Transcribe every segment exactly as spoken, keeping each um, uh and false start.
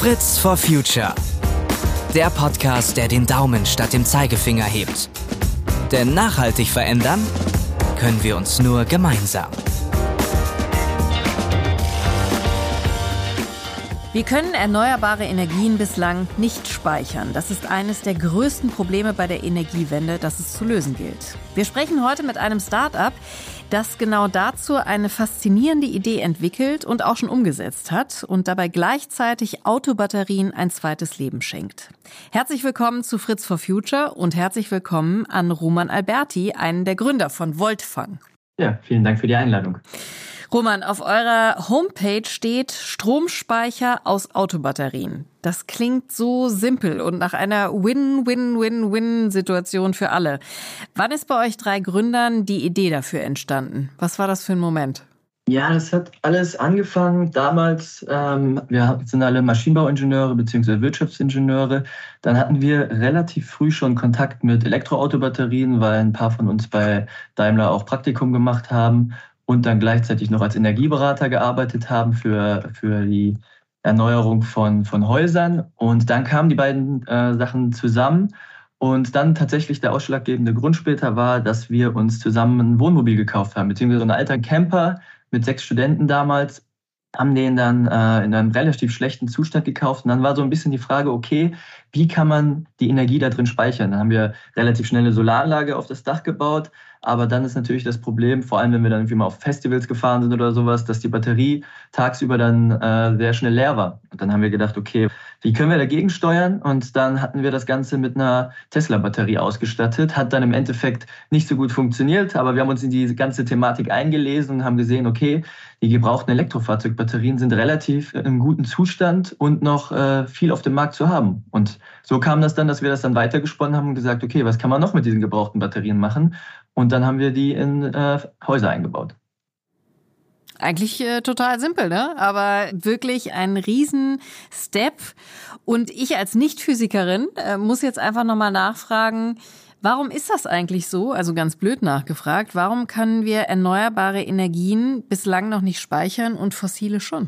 Fritz for Future. Der Podcast, der den Daumen statt dem Zeigefinger hebt. Denn nachhaltig verändern können wir uns nur gemeinsam. Wir können erneuerbare Energien bislang nicht speichern. Das ist eines der größten Probleme bei der Energiewende, das es zu lösen gilt. Wir sprechen heute mit einem Start-up, das genau dazu eine faszinierende Idee entwickelt und auch schon umgesetzt hat und dabei gleichzeitig Autobatterien ein zweites Leben schenkt. Herzlich willkommen zu Fritz for Future und herzlich willkommen an Roman Alberti, einen der Gründer von Voltfang. Ja, vielen Dank für die Einladung. Roman, auf eurer Homepage steht Stromspeicher aus Autobatterien. Das klingt so simpel und nach einer Win-Win-Win-Win-Situation für alle. Wann ist bei euch drei Gründern die Idee dafür entstanden? Was war das für ein Moment? Ja, das hat alles angefangen damals. Ähm, wir sind alle Maschinenbauingenieure bzw. Wirtschaftsingenieure. Dann hatten wir relativ früh schon Kontakt mit Elektroautobatterien, weil ein paar von uns bei Daimler auch Praktikum gemacht haben und dann gleichzeitig noch als Energieberater gearbeitet haben für, für die Erneuerung von, von Häusern. Und dann kamen die beiden äh, Sachen zusammen. Und dann tatsächlich der ausschlaggebende Grund später war, dass wir uns zusammen ein Wohnmobil gekauft haben, beziehungsweise so ein alter Camper mit sechs Studenten damals, haben den dann äh, in einem relativ schlechten Zustand gekauft. Und dann war so ein bisschen die Frage, okay, wie kann man die Energie da drin speichern? Dann haben wir relativ schnell eine Solaranlage auf das Dach gebaut. Aber dann ist natürlich das Problem, vor allem wenn wir dann irgendwie mal auf Festivals gefahren sind oder sowas, dass die Batterie tagsüber dann äh, sehr schnell leer war. Und dann haben wir gedacht, okay, wie können wir dagegen steuern? Und dann hatten wir das Ganze mit einer Tesla-Batterie ausgestattet. Hat dann im Endeffekt nicht so gut funktioniert, aber wir haben uns in die ganze Thematik eingelesen und haben gesehen, okay, die gebrauchten Elektrofahrzeugbatterien sind relativ im guten Zustand und noch äh, viel auf dem Markt zu haben. Und so kam das dann, dass wir das dann weitergesponnen haben und gesagt, okay, was kann man noch mit diesen gebrauchten Batterien machen? Und dann haben wir die in äh, Häuser eingebaut. Eigentlich äh, total simpel, ne? Aber wirklich ein Riesen-Step. Und ich als Nicht-Physikerin äh, muss jetzt einfach nochmal nachfragen, warum ist das eigentlich so? Also ganz blöd nachgefragt, warum können wir erneuerbare Energien bislang noch nicht speichern und fossile schon?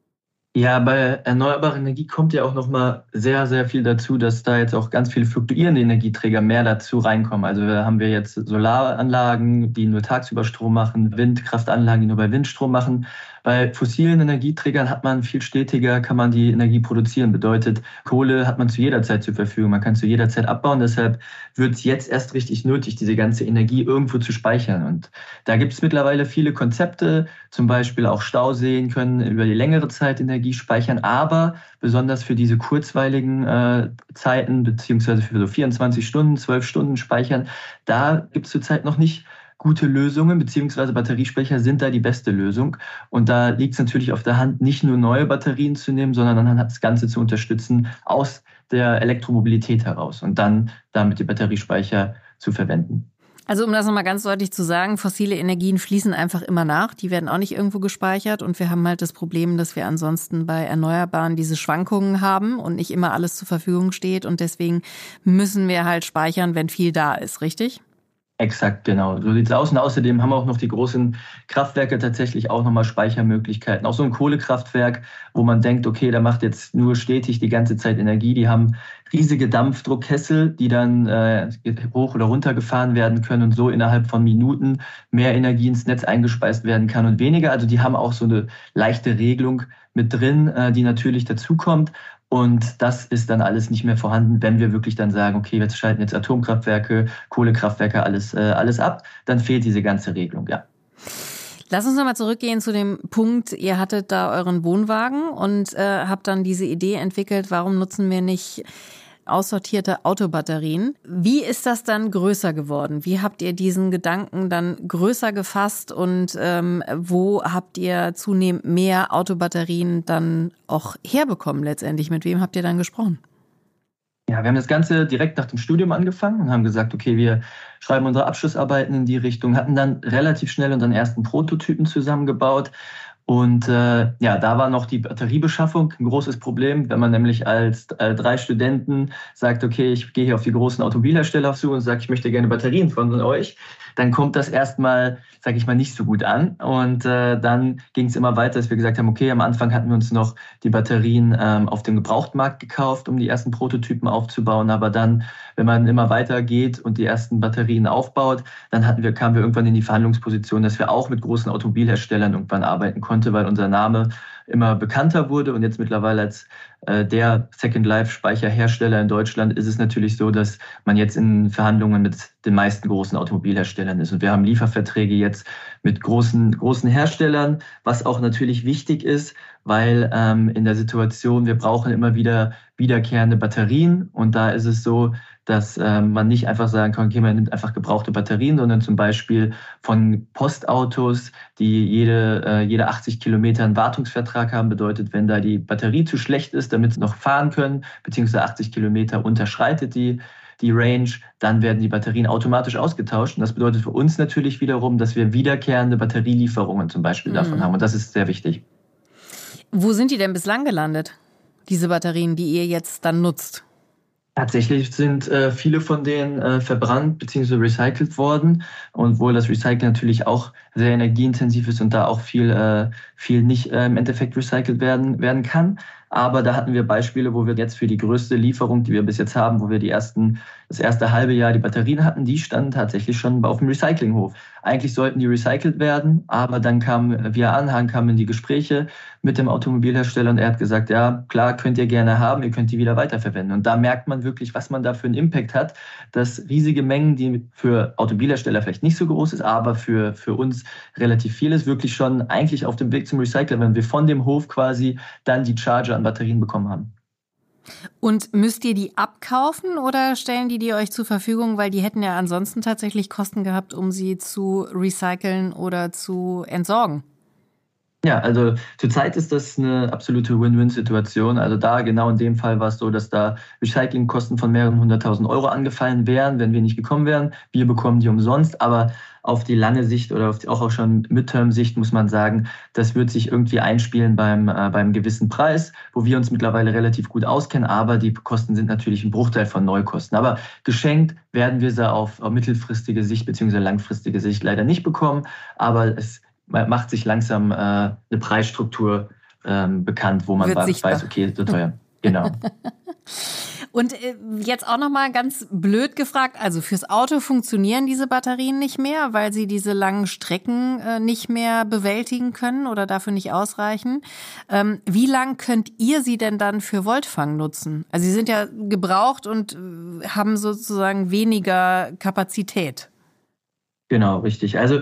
Ja, bei erneuerbarer Energie kommt ja auch nochmal sehr, sehr viel dazu, dass da jetzt auch ganz viele fluktuierende Energieträger mehr dazu reinkommen. Also da haben wir jetzt Solaranlagen, die nur tagsüber Strom machen, Windkraftanlagen, die nur bei Windstrom machen. Bei fossilen Energieträgern hat man viel stetiger, kann man die Energie produzieren. Bedeutet, Kohle hat man zu jeder Zeit zur Verfügung. Man kann zu jeder Zeit abbauen. Deshalb wird es jetzt erst richtig nötig, diese ganze Energie irgendwo zu speichern. Und da gibt es mittlerweile viele Konzepte. Zum Beispiel auch Stauseen können über die längere Zeit Energie speichern. Aber besonders für diese kurzweiligen äh, Zeiten, beziehungsweise für so vierundzwanzig Stunden, zwölf Stunden speichern, da gibt es zurzeit noch nicht gute Lösungen, beziehungsweise Batteriespeicher sind da die beste Lösung. Und da liegt es natürlich auf der Hand, nicht nur neue Batterien zu nehmen, sondern dann das Ganze zu unterstützen aus der Elektromobilität heraus und dann damit die Batteriespeicher zu verwenden. Also um das nochmal ganz deutlich zu sagen, fossile Energien fließen einfach immer nach. Die werden auch nicht irgendwo gespeichert. Und wir haben halt das Problem, dass wir ansonsten bei Erneuerbaren diese Schwankungen haben und nicht immer alles zur Verfügung steht. Und deswegen müssen wir halt speichern, wenn viel da ist, richtig? Exakt, genau. So sieht es aus. Und außerdem haben wir auch noch die großen Kraftwerke tatsächlich auch nochmal Speichermöglichkeiten. Auch so ein Kohlekraftwerk, wo man denkt, okay, der macht jetzt nur stetig die ganze Zeit Energie. Die haben riesige Dampfdruckkessel, die dann äh, hoch oder runter gefahren werden können und so innerhalb von Minuten mehr Energie ins Netz eingespeist werden kann und weniger. Also die haben auch so eine leichte Regelung mit drin, äh, die natürlich dazukommt. Und das ist dann alles nicht mehr vorhanden, wenn wir wirklich dann sagen, okay, wir schalten jetzt Atomkraftwerke, Kohlekraftwerke, alles, äh, alles ab, dann fehlt diese ganze Regelung, ja. Lass uns nochmal zurückgehen zu dem Punkt, ihr hattet da euren Wohnwagen und äh, habt dann diese Idee entwickelt, warum nutzen wir nicht aussortierte Autobatterien. Wie ist das dann größer geworden? Wie habt ihr diesen Gedanken dann größer gefasst und ähm, wo habt ihr zunehmend mehr Autobatterien dann auch herbekommen letztendlich? Mit wem habt ihr dann gesprochen? Ja, wir haben das Ganze direkt nach dem Studium angefangen und haben gesagt, okay, wir schreiben unsere Abschlussarbeiten in die Richtung, hatten dann relativ schnell unseren ersten Prototypen zusammengebaut Und äh, ja, da war noch die Batteriebeschaffung ein großes Problem. Wenn man nämlich als äh, drei Studenten sagt, okay, ich gehe hier auf die großen Automobilhersteller auf zu und sage, ich möchte gerne Batterien von euch, dann kommt das erstmal, sage ich mal, nicht so gut an. Und äh, dann ging es immer weiter, dass wir gesagt haben, okay, am Anfang hatten wir uns noch die Batterien ähm, auf dem Gebrauchtmarkt gekauft, um die ersten Prototypen aufzubauen. Aber dann, wenn man immer weiter geht und die ersten Batterien aufbaut, dann hatten wir, kamen wir irgendwann in die Verhandlungsposition, dass wir auch mit großen Automobilherstellern irgendwann arbeiten konnten, weil unser Name immer bekannter wurde. Und jetzt mittlerweile als äh, der Second-Life-Speicherhersteller in Deutschland ist es natürlich so, dass man jetzt in Verhandlungen mit den meisten großen Automobilherstellern ist. Und wir haben Lieferverträge jetzt mit großen, großen Herstellern, was auch natürlich wichtig ist, weil ähm, in der Situation, wir brauchen immer wieder wiederkehrende Batterien. Und da ist es so, dass äh, man nicht einfach sagen kann, okay, man nimmt einfach gebrauchte Batterien, sondern zum Beispiel von Postautos, die jede, äh, jede achtzig Kilometer einen Wartungsvertrag haben, bedeutet, wenn da die Batterie zu schlecht ist, damit sie noch fahren können, beziehungsweise achtzig Kilometer unterschreitet die, die Range, dann werden die Batterien automatisch ausgetauscht. Und das bedeutet für uns natürlich wiederum, dass wir wiederkehrende Batterielieferungen zum Beispiel mhm. davon haben. Und das ist sehr wichtig. Wo sind die denn bislang gelandet, diese Batterien, die ihr jetzt dann nutzt? Tatsächlich sind äh, viele von denen äh, verbrannt bzw. recycelt worden. Und obwohl das Recyceln natürlich auch sehr energieintensiv ist und da auch viel, äh, viel nicht äh, im Endeffekt recycelt werden, werden kann. Aber da hatten wir Beispiele, wo wir jetzt für die größte Lieferung, die wir bis jetzt haben, wo wir die ersten, das erste halbe Jahr die Batterien hatten, die standen tatsächlich schon auf dem Recyclinghof. Eigentlich sollten die recycelt werden, aber dann kamen wir an, dann kamen die Gespräche mit dem Automobilhersteller und er hat gesagt, ja, klar, könnt ihr gerne haben, ihr könnt die wieder weiterverwenden. Und da merkt man wirklich, was man da für einen Impact hat, dass riesige Mengen, die für Automobilhersteller vielleicht nicht so groß ist, aber für, für uns relativ viel ist, wirklich schon eigentlich auf dem Weg zum Recycler, wenn wir von dem Hof quasi dann die Charger an Batterien bekommen haben. Und müsst ihr die abkaufen oder stellen die die euch zur Verfügung, weil die hätten ja ansonsten tatsächlich Kosten gehabt, um sie zu recyceln oder zu entsorgen? Ja, also zurzeit ist das eine absolute Win-Win-Situation. Also da genau in dem Fall war es so, dass da Recyclingkosten von mehreren hunderttausend Euro angefallen wären, wenn wir nicht gekommen wären. Wir bekommen die umsonst, aber auf die lange Sicht oder auf die, auch schon Midterm-Sicht muss man sagen, das wird sich irgendwie einspielen beim, äh, beim gewissen Preis, wo wir uns mittlerweile relativ gut auskennen, aber die Kosten sind natürlich ein Bruchteil von Neukosten. Aber geschenkt werden wir sie auf, auf mittelfristige Sicht bzw. langfristige Sicht leider nicht bekommen, aber es macht sich langsam äh, eine Preisstruktur ähm, bekannt, wo man Wird weiß, sichtbar. okay, so teuer. Genau. Und äh, jetzt auch noch mal ganz blöd gefragt, also fürs Auto funktionieren diese Batterien nicht mehr, weil sie diese langen Strecken äh, nicht mehr bewältigen können oder dafür nicht ausreichen. Ähm, wie lang könnt ihr sie denn dann für Voltfang nutzen? Also sie sind ja gebraucht und äh, haben sozusagen weniger Kapazität. Genau, richtig. Also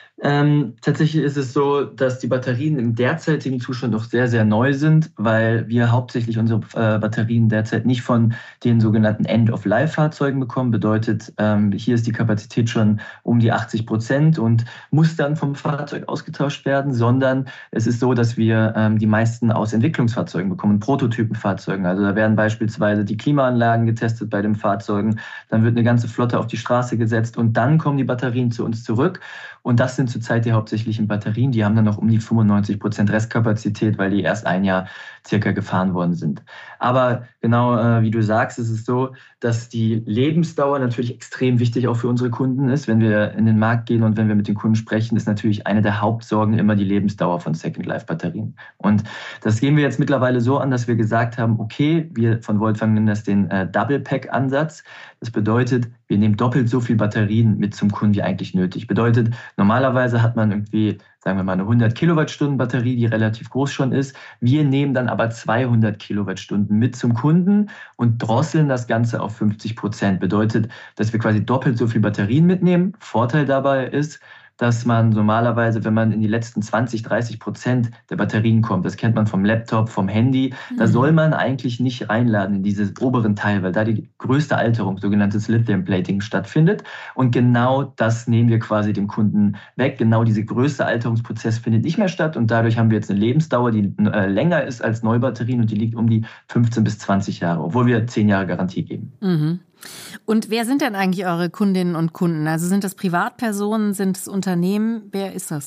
Ähm, tatsächlich ist es so, dass die Batterien im derzeitigen Zustand noch sehr, sehr neu sind, weil wir hauptsächlich unsere äh, Batterien derzeit nicht von den sogenannten End-of-Life-Fahrzeugen bekommen. Bedeutet, ähm, hier ist die Kapazität schon um die achtzig Prozent und muss dann vom Fahrzeug ausgetauscht werden, sondern es ist so, dass wir ähm, die meisten aus Entwicklungsfahrzeugen bekommen, Prototypenfahrzeugen. Also da werden beispielsweise die Klimaanlagen getestet bei den Fahrzeugen, dann wird eine ganze Flotte auf die Straße gesetzt und dann kommen die Batterien zu uns zurück. Und das sind zurzeit die hauptsächlichen Batterien. Die haben dann noch um die fünfundneunzig Prozent Restkapazität, weil die erst ein Jahr circa gefahren worden sind. Aber genau äh, wie du sagst, ist es so, dass die Lebensdauer natürlich extrem wichtig auch für unsere Kunden ist. Wenn wir in den Markt gehen und wenn wir mit den Kunden sprechen, ist natürlich eine der Hauptsorgen immer die Lebensdauer von Second-Life-Batterien. Und das gehen wir jetzt mittlerweile so an, dass wir gesagt haben, okay, wir von Voltfang nennen das den äh, Double-Pack-Ansatz. Das bedeutet, wir nehmen doppelt so viel Batterien mit zum Kunden wie eigentlich nötig. Bedeutet, normalerweise hat man irgendwie, sagen wir mal, eine hundert Kilowattstunden Batterie, die relativ groß schon ist. Wir nehmen dann aber zweihundert Kilowattstunden mit zum Kunden und drosseln das Ganze auf fünfzig Prozent. Bedeutet, dass wir quasi doppelt so viel Batterien mitnehmen. Vorteil dabei ist, dass man normalerweise, wenn man in die letzten zwanzig, dreißig Prozent der Batterien kommt, das kennt man vom Laptop, vom Handy, mhm. da soll man eigentlich nicht reinladen in diesen oberen Teil, weil da die größte Alterung, sogenanntes Lithium Plating, stattfindet. Und genau das nehmen wir quasi dem Kunden weg. Genau dieser größte Alterungsprozess findet nicht mehr statt und dadurch haben wir jetzt eine Lebensdauer, die äh, länger ist als Neubatterien und die liegt um die fünfzehn bis zwanzig Jahre, obwohl wir zehn Jahre Garantie geben. Mhm. Und wer sind denn eigentlich eure Kundinnen und Kunden? Also sind das Privatpersonen, sind es Unternehmen? Wer ist das?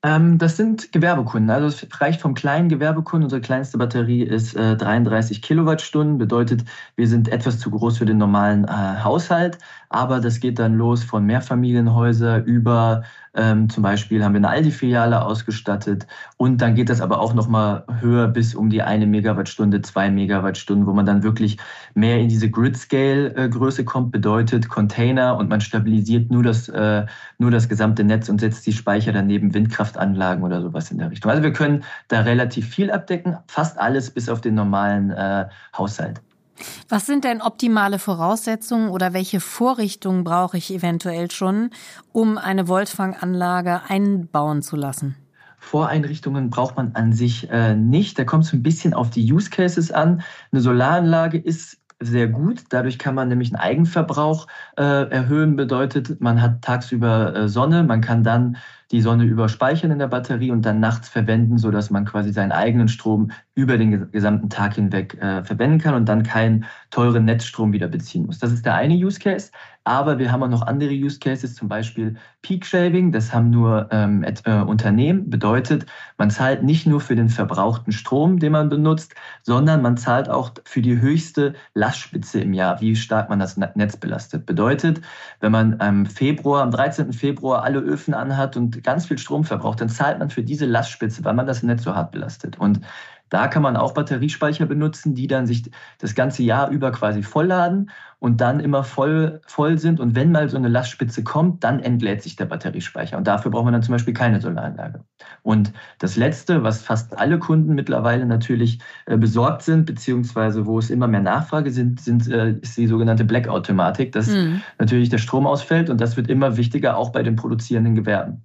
Ähm, das sind Gewerbekunden. Also es reicht vom kleinen Gewerbekunden. Unsere kleinste Batterie ist äh, dreiunddreißig Kilowattstunden. Bedeutet, wir sind etwas zu groß für den normalen äh, Haushalt. Aber das geht dann los von Mehrfamilienhäuser über ähm, zum Beispiel haben wir eine Aldi-Filiale ausgestattet. Und dann geht das aber auch nochmal höher bis um die eine Megawattstunde, zwei Megawattstunden, wo man dann wirklich mehr in diese Grid-Scale-Größe kommt. Bedeutet Container und man stabilisiert nur das, äh, nur das gesamte Netz und setzt die Speicher daneben Windkraftanlagen oder sowas in der Richtung. Also wir können da relativ viel abdecken, fast alles bis auf den normalen äh, Haushalt. Was sind denn optimale Voraussetzungen oder welche Vorrichtungen brauche ich eventuell schon, um eine Voltfanganlage einbauen zu lassen? Voreinrichtungen braucht man an sich äh, nicht. Da kommt es ein bisschen auf die Use Cases an. Eine Solaranlage ist sehr gut. Dadurch kann man nämlich einen Eigenverbrauch äh, erhöhen. Bedeutet, man hat tagsüber äh, Sonne, man kann dann die Sonne überspeichern in der Batterie und dann nachts verwenden, sodass man quasi seinen eigenen Strom über den gesamten Tag hinweg äh, verwenden kann und dann keinen teuren Netzstrom wieder beziehen muss. Das ist der eine Use Case. Aber wir haben auch noch andere Use Cases, zum Beispiel Peak Shaving. Das haben nur ähm, äh, Unternehmen. Bedeutet, man zahlt nicht nur für den verbrauchten Strom, den man benutzt, sondern man zahlt auch für die höchste Lastspitze im Jahr, wie stark man das Netz belastet. Bedeutet, wenn man am Februar, am dreizehnten Februar alle Öfen anhat und ganz viel Strom verbraucht, dann zahlt man für diese Lastspitze, weil man das Netz so hart belastet. Und da kann man auch Batteriespeicher benutzen, die dann sich das ganze Jahr über quasi vollladen und dann immer voll, voll sind. Und wenn mal so eine Lastspitze kommt, dann entlädt sich der Batteriespeicher. Und dafür braucht man dann zum Beispiel keine Solaranlage. Und das Letzte, was fast alle Kunden mittlerweile natürlich äh, besorgt sind, beziehungsweise wo es immer mehr Nachfrage sind, sind äh, ist die sogenannte Blackout-Thematik, dass mhm. natürlich der Strom ausfällt. Und das wird immer wichtiger, auch bei den produzierenden Gewerben.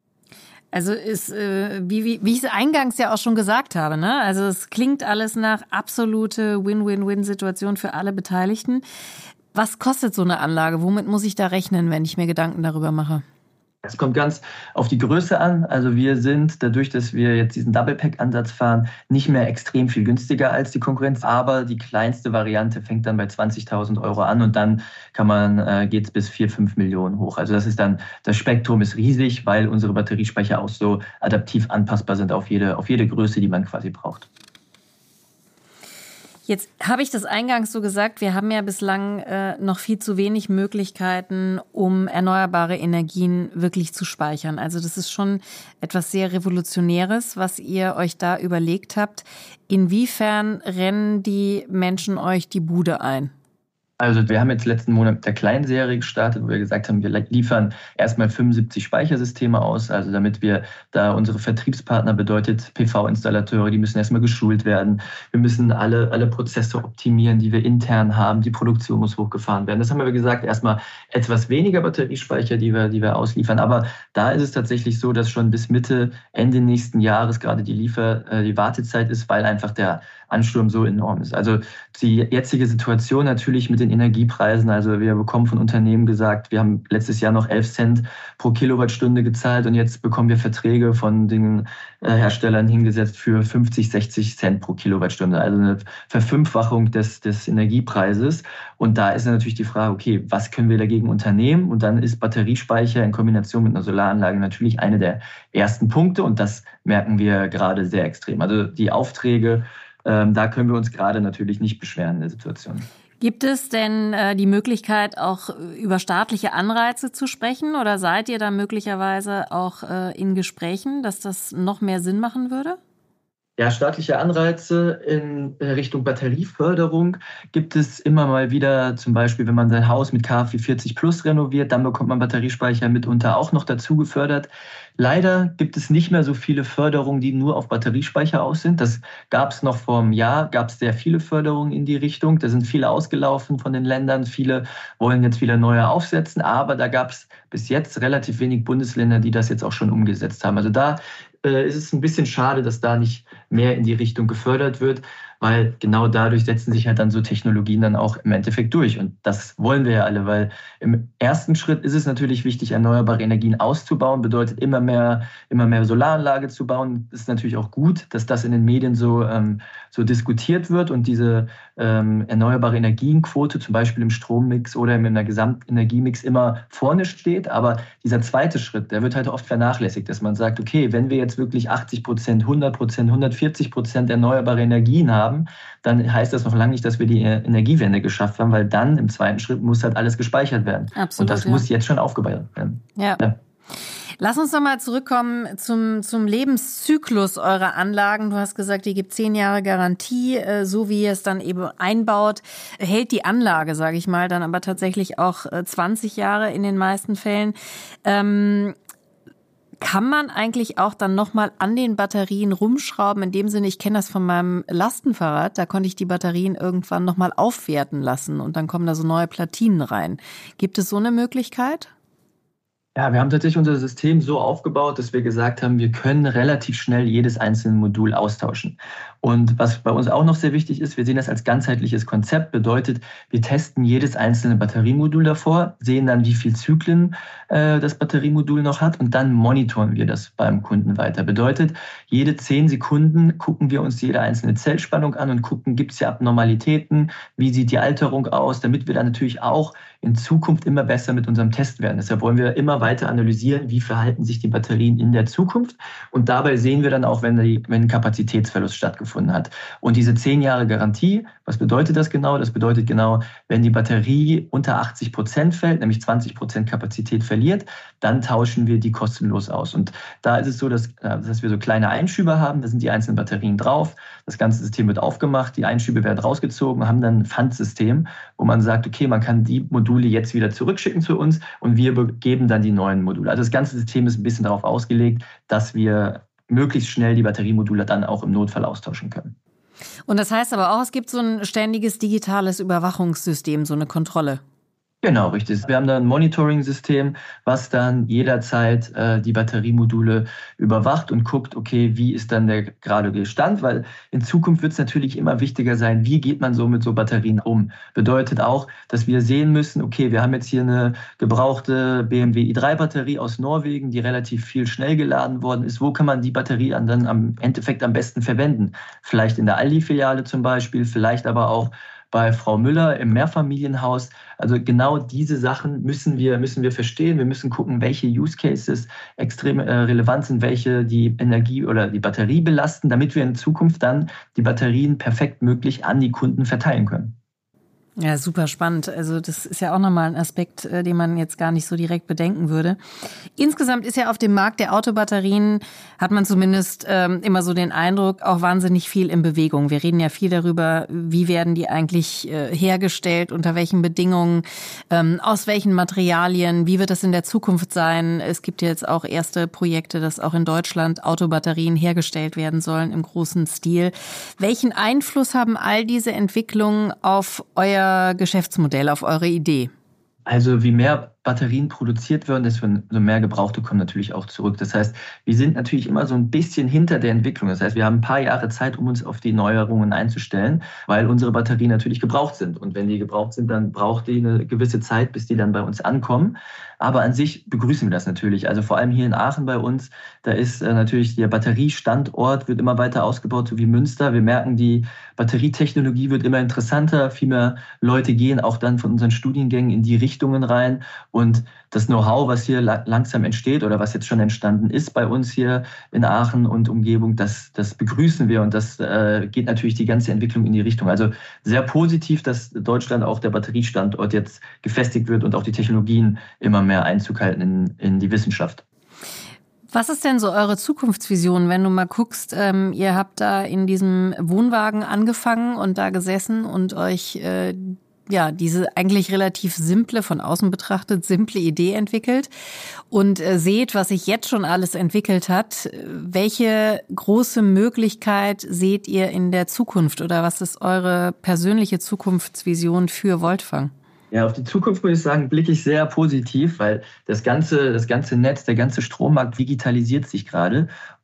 Also ist, äh, wie, wie, wie ich es eingangs ja auch schon gesagt habe, ne? Also es klingt alles nach absolute Win-Win-Win-Situation für alle Beteiligten. Was kostet so eine Anlage? Womit muss ich da rechnen, wenn ich mir Gedanken darüber mache? Es kommt ganz auf die Größe an. Also wir sind, dadurch, dass wir jetzt diesen Double-Pack-Ansatz fahren, nicht mehr extrem viel günstiger als die Konkurrenz. Aber die kleinste Variante fängt dann bei zwanzigtausend Euro an und dann kann man, äh, geht es bis vier, fünf Millionen hoch. Also das ist dann, das Spektrum ist riesig, weil unsere Batteriespeicher auch so adaptiv anpassbar sind auf jede, auf jede Größe, die man quasi braucht. Jetzt habe ich das eingangs so gesagt, wir haben ja bislang äh, noch viel zu wenig Möglichkeiten, um erneuerbare Energien wirklich zu speichern. Also das ist schon etwas sehr Revolutionäres, was ihr euch da überlegt habt. Inwiefern rennen die Menschen euch die Bude ein? Also wir haben jetzt letzten Monat mit der Kleinserie gestartet, wo wir gesagt haben, wir liefern erstmal fünfundsiebzig Speichersysteme aus, also damit wir da unsere Vertriebspartner, bedeutet P V-Installateure, die müssen erstmal geschult werden. Wir müssen alle, alle Prozesse optimieren, die wir intern haben. Die Produktion muss hochgefahren werden. Das haben wir gesagt, erstmal etwas weniger Batteriespeicher, die wir, die wir ausliefern. Aber da ist es tatsächlich so, dass schon bis Mitte, Ende nächsten Jahres gerade die Liefer, die Wartezeit ist, weil einfach der Ansturm so enorm ist. Also die jetzige Situation natürlich mit den Energiepreisen, also wir bekommen von Unternehmen gesagt, wir haben letztes Jahr noch elf Cent pro Kilowattstunde gezahlt und jetzt bekommen wir Verträge von den Herstellern hingesetzt für fünfzig, sechzig Cent pro Kilowattstunde, also eine Verfünffachung des, des Energiepreises. Und da ist natürlich die Frage, okay, was können wir dagegen unternehmen? Und dann ist Batteriespeicher in Kombination mit einer Solaranlage natürlich eine der ersten Punkte und das merken wir gerade sehr extrem. Also die Aufträge, ähm, da können wir uns gerade natürlich nicht beschweren in der Situation. Gibt es denn äh, die Möglichkeit, auch über staatliche Anreize zu sprechen oder seid ihr da möglicherweise auch äh, in Gesprächen, dass das noch mehr Sinn machen würde? Ja, staatliche Anreize in Richtung Batterieförderung gibt es immer mal wieder. Zum Beispiel, wenn man sein Haus mit K fW vierzig plus renoviert, dann bekommt man Batteriespeicher mitunter auch noch dazu gefördert. Leider gibt es nicht mehr so viele Förderungen, die nur auf Batteriespeicher aus sind. Das gab es noch vor einem Jahr, gab es sehr viele Förderungen in die Richtung. Da sind viele ausgelaufen von den Ländern. Viele wollen jetzt wieder neue aufsetzen. Aber da gab es bis jetzt relativ wenig Bundesländer, die das jetzt auch schon umgesetzt haben. Also da ist es ein bisschen schade, dass da nicht mehr in die Richtung gefördert wird. weil genau dadurch setzen sich halt dann so Technologien dann auch im Endeffekt durch. Und das wollen wir ja alle, weil im ersten Schritt ist es natürlich wichtig, erneuerbare Energien auszubauen, bedeutet immer mehr, immer mehr Solaranlage zu bauen. Es ist natürlich auch gut, dass das in den Medien so, ähm, so diskutiert wird und diese ähm, erneuerbare Energienquote zum Beispiel im Strommix oder in der Gesamtenergiemix immer vorne steht. Aber dieser zweite Schritt, der wird halt oft vernachlässigt, dass man sagt, okay, wenn wir jetzt wirklich achtzig Prozent, hundert Prozent, hundertvierzig Prozent erneuerbare Energien haben, dann heißt das noch lange nicht, dass wir die Energiewende geschafft haben, weil dann im zweiten Schritt muss halt alles gespeichert werden. Absolut, und das ja. muss jetzt schon aufgebaut werden. Ja. ja. Lass uns noch mal zurückkommen zum, zum Lebenszyklus eurer Anlagen. Du hast gesagt, die gibt zehn Jahre Garantie. So wie ihr es dann eben einbaut, hält die Anlage, sage ich mal, dann aber tatsächlich auch zwanzig Jahre in den meisten Fällen. Ähm, Kann man eigentlich auch dann nochmal an den Batterien rumschrauben? In dem Sinne, ich kenne das von meinem Lastenfahrrad, da konnte ich die Batterien irgendwann nochmal aufwerten lassen und dann kommen da so neue Platinen rein. Gibt es so eine Möglichkeit? Ja, wir haben tatsächlich unser System so aufgebaut, dass wir gesagt haben, wir können relativ schnell jedes einzelne Modul austauschen. Und was bei uns auch noch sehr wichtig ist, wir sehen das als ganzheitliches Konzept, bedeutet, wir testen jedes einzelne Batteriemodul davor, sehen dann, wie viele Zyklen äh, das Batteriemodul noch hat und dann monitoren wir das beim Kunden weiter. Bedeutet, jede zehn Sekunden gucken wir uns jede einzelne Zellspannung an und gucken, gibt es hier Abnormalitäten, wie sieht die Alterung aus, damit wir dann natürlich auch in Zukunft immer besser mit unserem Test werden. Deshalb wollen wir immer weiter analysieren, wie verhalten sich die Batterien in der Zukunft. Und dabei sehen wir dann auch, wenn, die, wenn ein Kapazitätsverlust stattgefunden hat. Und diese zehn Jahre Garantie, was bedeutet das genau? Das bedeutet genau, wenn die Batterie unter achtzig Prozent fällt, nämlich zwanzig Prozent Kapazität verliert, dann tauschen wir die kostenlos aus. Und da ist es so, dass, dass wir so kleine Einschübe haben, da sind die einzelnen Batterien drauf, das ganze System wird aufgemacht, die Einschübe werden rausgezogen, haben dann ein Pfandsystem, wo man sagt, okay, man kann die Module jetzt wieder zurückschicken zu uns und wir geben dann die neuen Module. Also das ganze System ist ein bisschen darauf ausgelegt, dass wir möglichst schnell die Batteriemodule dann auch im Notfall austauschen können. Und das heißt aber auch, es gibt so ein ständiges digitales Überwachungssystem, so eine Kontrolle. Genau, richtig. Wir haben da ein Monitoring-System, was dann jederzeit äh, die Batteriemodule überwacht und guckt, okay, wie ist dann der gerade Stand, weil in Zukunft wird es natürlich immer wichtiger sein, wie geht man so mit so Batterien um. Bedeutet auch, dass wir sehen müssen, okay, wir haben jetzt hier eine gebrauchte B M W i drei Batterie aus Norwegen, die relativ viel schnell geladen worden ist. Wo kann man die Batterie dann am Endeffekt am besten verwenden? Vielleicht in der Aldi-Filiale zum Beispiel, vielleicht aber auch bei Frau Müller im Mehrfamilienhaus. Also genau diese Sachen müssen wir, müssen wir verstehen. Wir müssen gucken, welche Use Cases extrem äh, relevant sind, welche die Energie oder die Batterie belasten, damit wir in Zukunft dann die Batterien perfekt möglich an die Kunden verteilen können. Ja, super spannend. Also das ist ja auch nochmal ein Aspekt, den man jetzt gar nicht so direkt bedenken würde. Insgesamt ist ja auf dem Markt der Autobatterien, hat man zumindest ähm, immer so den Eindruck, auch wahnsinnig viel in Bewegung. Wir reden ja viel darüber, wie werden die eigentlich äh, hergestellt, unter welchen Bedingungen, ähm, aus welchen Materialien, wie wird das in der Zukunft sein. Es gibt jetzt auch erste Projekte, dass auch in Deutschland Autobatterien hergestellt werden sollen im großen Stil. Welchen Einfluss haben all diese Entwicklungen auf euer Geschäftsmodell, auf eure Idee? Also wie mehr Batterien produziert werden, desto mehr Gebrauchte kommen natürlich auch zurück. Das heißt, wir sind natürlich immer so ein bisschen hinter der Entwicklung. Das heißt, wir haben ein paar Jahre Zeit, um uns auf die Neuerungen einzustellen, weil unsere Batterien natürlich gebraucht sind. Und wenn die gebraucht sind, dann braucht die eine gewisse Zeit, bis die dann bei uns ankommen. Aber an sich begrüßen wir das natürlich. Also vor allem hier in Aachen bei uns, da ist natürlich der Batteriestandort, wird immer weiter ausgebaut, so wie Münster. Wir merken, die Batterietechnologie wird immer interessanter. Viel mehr Leute gehen auch dann von unseren Studiengängen in die Richtungen rein. Und das Know-how, was hier langsam entsteht oder was jetzt schon entstanden ist bei uns hier in Aachen und Umgebung, das, das begrüßen wir und das äh, geht natürlich die ganze Entwicklung in die Richtung. Also sehr positiv, dass Deutschland auch der Batteriestandort jetzt gefestigt wird und auch die Technologien immer mehr Einzug halten in, in die Wissenschaft. Was ist denn so eure Zukunftsvision, wenn du mal guckst, ähm, ihr habt da in diesem Wohnwagen angefangen und da gesessen und euch äh, ja, diese eigentlich relativ simple, von außen betrachtet, simple Idee entwickelt und äh, seht, was sich jetzt schon alles entwickelt hat. Welche große Möglichkeit seht ihr in der Zukunft oder was ist eure persönliche Zukunftsvision für Voltfang? Ja, auf die Zukunft muss ich sagen, blicke ich sehr positiv, weil das ganze, das ganze Netz, der ganze Strommarkt digitalisiert sich gerade.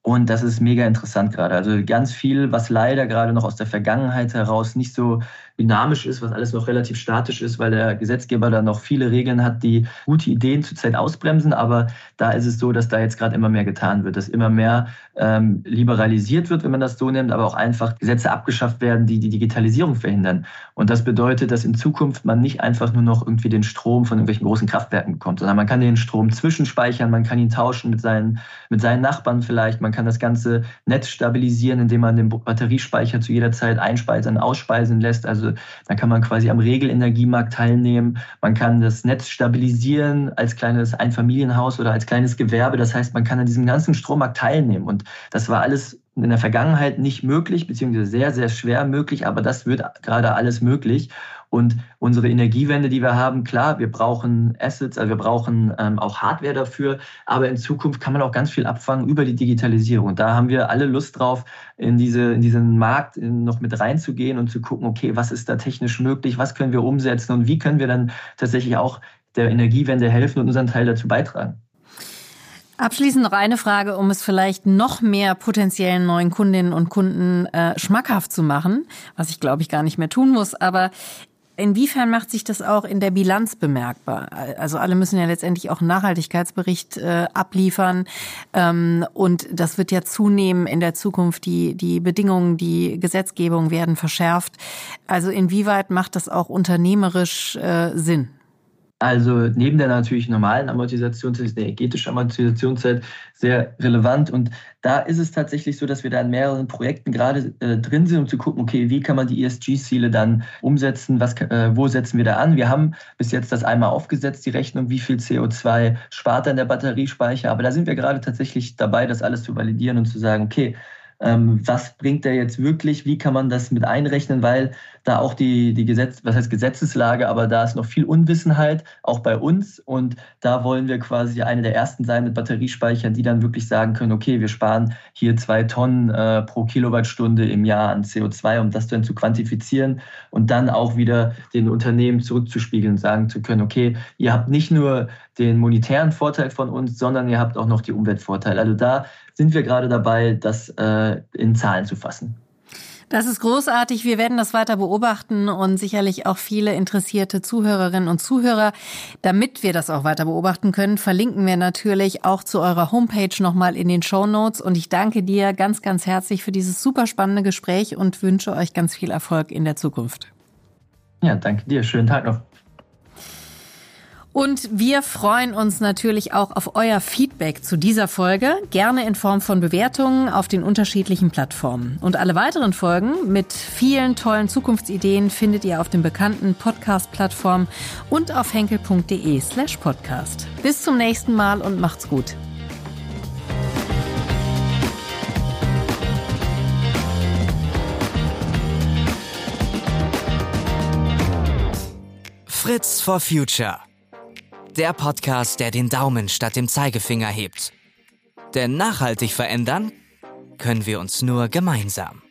Und das ist mega interessant gerade. Also ganz viel, was leider gerade noch aus der Vergangenheit heraus nicht so dynamisch ist, was alles noch relativ statisch ist, weil der Gesetzgeber da noch viele Regeln hat, die gute Ideen zurzeit ausbremsen. Aber da ist es so, dass da jetzt gerade immer mehr getan wird, dass immer mehr ähm, liberalisiert wird, wenn man das so nennt, aber auch einfach Gesetze abgeschafft werden, die die Digitalisierung verhindern. Und das bedeutet, dass in Zukunft man nicht einfach nur noch irgendwie den Strom von irgendwelchen großen Kraftwerken bekommt, sondern man kann den Strom zwischenspeichern, man kann ihn tauschen mit seinen, mit seinen Nachbarn vielleicht, man kann das ganze Netz stabilisieren, indem man den Batteriespeicher zu jeder Zeit einspeisen, ausspeisen lässt. Also da kann man quasi am Regelenergiemarkt teilnehmen. Man kann das Netz stabilisieren als kleines Einfamilienhaus oder als kleines Gewerbe. Das heißt, man kann an diesem ganzen Strommarkt teilnehmen. Und das war alles in der Vergangenheit nicht möglich, beziehungsweise sehr, sehr schwer möglich. Aber das wird gerade alles möglich. Und unsere Energiewende, die wir haben, klar, wir brauchen Assets, also wir brauchen ähm, auch Hardware dafür, aber in Zukunft kann man auch ganz viel abfangen über die Digitalisierung. Und da haben wir alle Lust drauf, in, diese, in diesen Markt noch mit reinzugehen und zu gucken, okay, was ist da technisch möglich, was können wir umsetzen und wie können wir dann tatsächlich auch der Energiewende helfen und unseren Teil dazu beitragen. Abschließend noch eine Frage, um es vielleicht noch mehr potenziellen neuen Kundinnen und Kunden äh, schmackhaft zu machen, was ich glaube ich gar nicht mehr tun muss, aber inwiefern macht sich das auch in der Bilanz bemerkbar? Also alle müssen ja letztendlich auch einen Nachhaltigkeitsbericht äh, abliefern ähm, und das wird ja zunehmen in der Zukunft. Die, die Bedingungen, die Gesetzgebung werden verschärft. Also inwieweit macht das auch unternehmerisch äh, Sinn? Also neben der natürlich normalen Amortisationszeit ist der energetische Amortisationszeit sehr relevant. Und da ist es tatsächlich so, dass wir da in mehreren Projekten gerade äh, drin sind, um zu gucken, okay, wie kann man die E S G-Ziele dann umsetzen, was, äh, wo setzen wir da an? Wir haben bis jetzt das einmal aufgesetzt, die Rechnung, wie viel C O zwei spart dann der Batteriespeicher. Aber da sind wir gerade tatsächlich dabei, das alles zu validieren und zu sagen, okay, was bringt der jetzt wirklich, wie kann man das mit einrechnen, weil da auch die, die Gesetz, was heißt Gesetzeslage, aber da ist noch viel Unwissenheit, auch bei uns und da wollen wir quasi eine der ersten sein mit Batteriespeichern, die dann wirklich sagen können, okay, wir sparen hier zwei Tonnen äh, pro Kilowattstunde im Jahr an C O zwei, um das dann zu quantifizieren und dann auch wieder den Unternehmen zurückzuspiegeln und sagen zu können, okay, ihr habt nicht nur den monetären Vorteil von uns, sondern ihr habt auch noch die Umweltvorteile. Also da sind wir gerade dabei, das äh, in Zahlen zu fassen. Das ist großartig. Wir werden das weiter beobachten und sicherlich auch viele interessierte Zuhörerinnen und Zuhörer. Damit wir das auch weiter beobachten können, verlinken wir natürlich auch zu eurer Homepage nochmal in den Shownotes. Und ich danke dir ganz, ganz herzlich für dieses super spannende Gespräch und wünsche euch ganz viel Erfolg in der Zukunft. Ja, danke dir. Schönen Tag noch. Und wir freuen uns natürlich auch auf euer Feedback zu dieser Folge, gerne in Form von Bewertungen auf den unterschiedlichen Plattformen. Und alle weiteren Folgen mit vielen tollen Zukunftsideen findet ihr auf den bekannten Podcast-Plattformen und auf henkel.de slash podcast. Bis zum nächsten Mal und macht's gut. Fritz for Future. Der Podcast, der den Daumen statt dem Zeigefinger hebt. Denn nachhaltig verändern können wir uns nur gemeinsam.